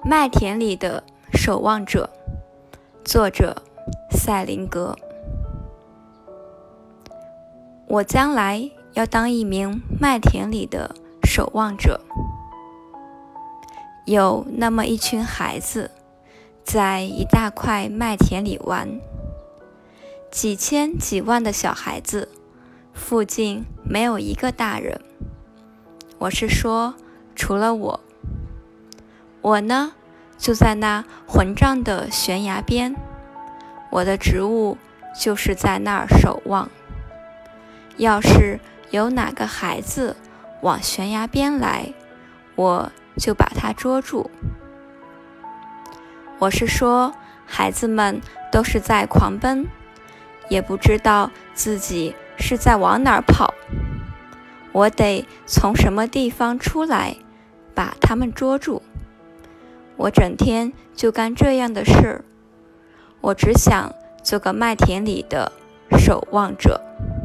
麦田里的守望者，作者塞林格。我将来要当一名麦田里的守望者。有那么一群孩子在一大块麦田里玩，几千几万的小孩子，附近没有一个大人。我是说，除了我。我呢，就在那混账的悬崖边，我的职务就是在那儿守望。要是有哪个孩子往悬崖边来，我就把他捉住。我是说，孩子们都是在狂奔，也不知道自己是在往哪儿跑。我得从什么地方出来，把他们捉住。我整天就干这样的事儿，我只想做个麦田里的守望者。